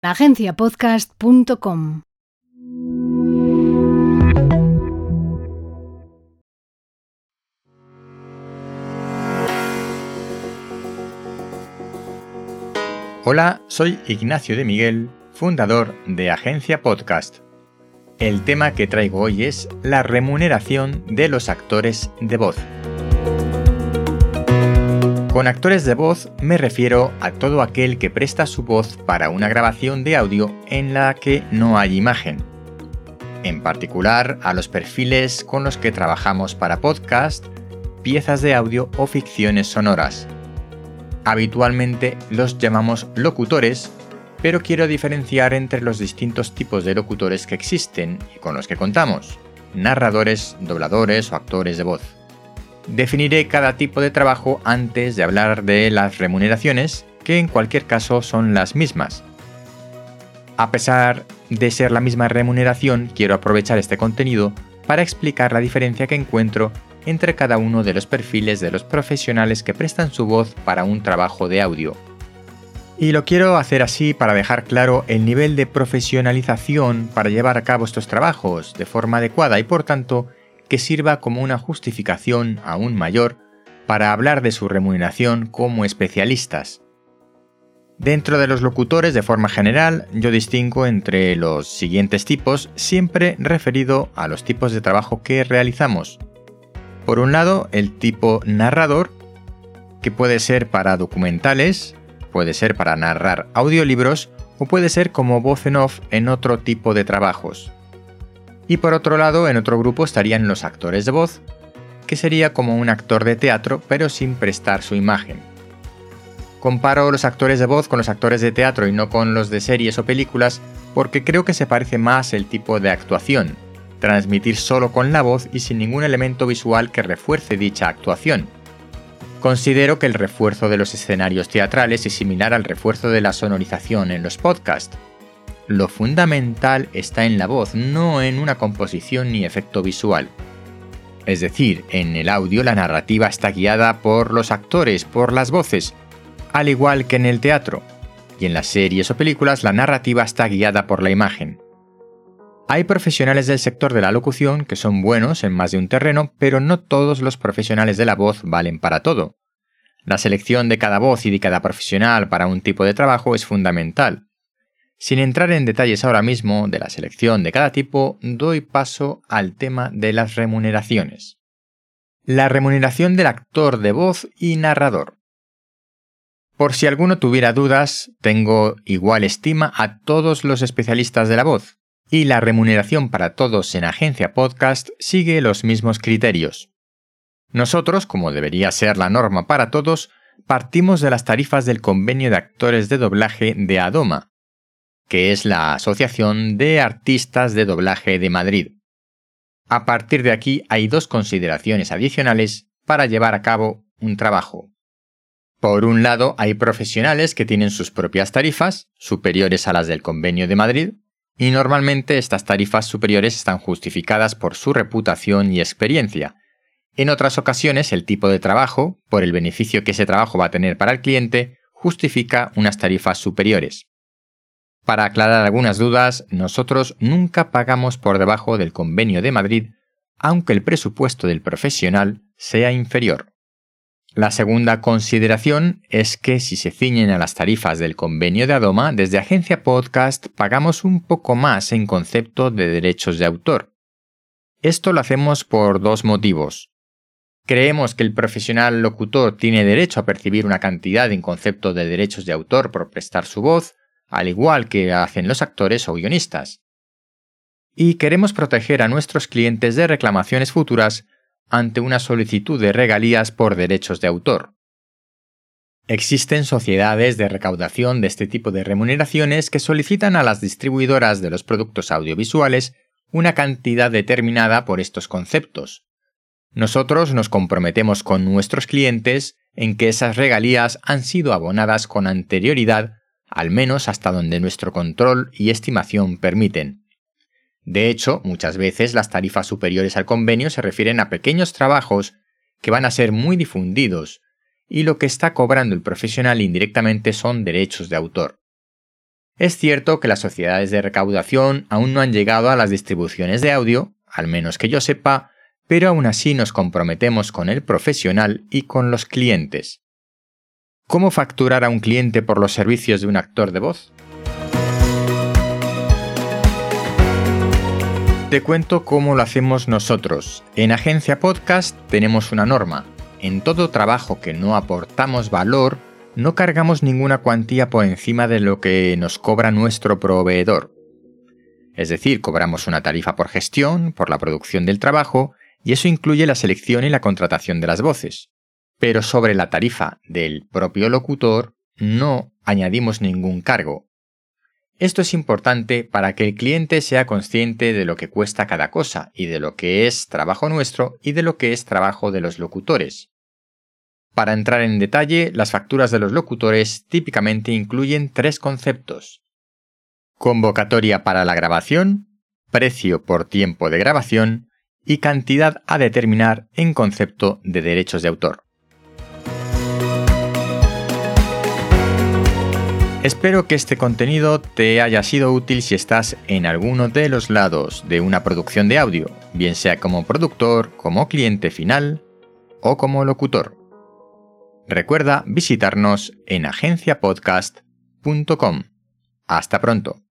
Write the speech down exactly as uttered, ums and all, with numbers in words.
agencia podcast punto com. Hola, soy Ignacio de Miguel, fundador de Agencia Podcast. El tema que traigo hoy es la remuneración de los actores de voz. Con actores de voz me refiero a todo aquel que presta su voz para una grabación de audio en la que no hay imagen. En particular a los perfiles con los que trabajamos para podcast, piezas de audio o ficciones sonoras. Habitualmente los llamamos locutores, pero quiero diferenciar entre los distintos tipos de locutores que existen y con los que contamos: narradores, dobladores o actores de voz. Definiré cada tipo de trabajo antes de hablar de las remuneraciones, que en cualquier caso son las mismas. A pesar de ser la misma remuneración, quiero aprovechar este contenido para explicar la diferencia que encuentro entre cada uno de los perfiles de los profesionales que prestan su voz para un trabajo de audio. Y lo quiero hacer así para dejar claro el nivel de profesionalización para llevar a cabo estos trabajos de forma adecuada y, por tanto, que sirva como una justificación aún mayor para hablar de su remuneración como especialistas. Dentro de los locutores, de forma general, yo distingo entre los siguientes tipos, siempre referido a los tipos de trabajo que realizamos. Por un lado, el tipo narrador, que puede ser para documentales, puede ser para narrar audiolibros o puede ser como voz en off en otro tipo de trabajos. Y por otro lado, en otro grupo estarían los actores de voz, que sería como un actor de teatro pero sin prestar su imagen. Comparo los actores de voz con los actores de teatro y no con los de series o películas porque creo que se parece más el tipo de actuación, transmitir solo con la voz y sin ningún elemento visual que refuerce dicha actuación. Considero que el refuerzo de los escenarios teatrales es similar al refuerzo de la sonorización en los podcasts. Lo fundamental está en la voz, no en una composición ni efecto visual. Es decir, en el audio la narrativa está guiada por los actores, por las voces, al igual que en el teatro, y en las series o películas la narrativa está guiada por la imagen. Hay profesionales del sector de la locución que son buenos en más de un terreno, pero no todos los profesionales de la voz valen para todo. La selección de cada voz y de cada profesional para un tipo de trabajo es fundamental. Sin entrar en detalles ahora mismo de la selección de cada tipo, doy paso al tema de las remuneraciones. La remuneración del actor de voz y narrador. Por si alguno tuviera dudas, tengo igual estima a todos los especialistas de la voz, y la remuneración para todos en Agencia Podcast sigue los mismos criterios. Nosotros, como debería ser la norma para todos, partimos de las tarifas del Convenio de Actores de Doblaje de ADOMA, que es la Asociación de Artistas de Doblaje de Madrid. A partir de aquí hay dos consideraciones adicionales para llevar a cabo un trabajo. Por un lado, hay profesionales que tienen sus propias tarifas, superiores a las del Convenio de Madrid, y normalmente estas tarifas superiores están justificadas por su reputación y experiencia. En otras ocasiones, el tipo de trabajo, por el beneficio que ese trabajo va a tener para el cliente, justifica unas tarifas superiores. Para aclarar algunas dudas, nosotros nunca pagamos por debajo del Convenio de Madrid, aunque el presupuesto del profesional sea inferior. La segunda consideración es que si se ciñen a las tarifas del Convenio de ADOMA, desde Agencia Podcast pagamos un poco más en concepto de derechos de autor. Esto lo hacemos por dos motivos. Creemos que el profesional locutor tiene derecho a percibir una cantidad en concepto de derechos de autor por prestar su voz, al igual que hacen los actores o guionistas. Y queremos proteger a nuestros clientes de reclamaciones futuras ante una solicitud de regalías por derechos de autor. Existen sociedades de recaudación de este tipo de remuneraciones que solicitan a las distribuidoras de los productos audiovisuales una cantidad determinada por estos conceptos. Nosotros nos comprometemos con nuestros clientes en que esas regalías han sido abonadas con anterioridad, al menos hasta donde nuestro control y estimación permiten. De hecho, muchas veces las tarifas superiores al convenio se refieren a pequeños trabajos que van a ser muy difundidos, y lo que está cobrando el profesional indirectamente son derechos de autor. Es cierto que las sociedades de recaudación aún no han llegado a las distribuciones de audio, al menos que yo sepa, pero aún así nos comprometemos con el profesional y con los clientes. ¿Cómo facturar a un cliente por los servicios de un actor de voz? Te cuento cómo lo hacemos nosotros. En Agencia Podcast tenemos una norma. En todo trabajo que no aportamos valor, no cargamos ninguna cuantía por encima de lo que nos cobra nuestro proveedor. Es decir, cobramos una tarifa por gestión, por la producción del trabajo, y eso incluye la selección y la contratación de las voces. Pero sobre la tarifa del propio locutor no añadimos ningún cargo. Esto es importante para que el cliente sea consciente de lo que cuesta cada cosa y de lo que es trabajo nuestro y de lo que es trabajo de los locutores. Para entrar en detalle, las facturas de los locutores típicamente incluyen tres conceptos: convocatoria para la grabación, precio por tiempo de grabación y cantidad a determinar en concepto de derechos de autor. Espero que este contenido te haya sido útil si estás en alguno de los lados de una producción de audio, bien sea como productor, como cliente final o como locutor. Recuerda visitarnos en agencia podcast punto com. Hasta pronto.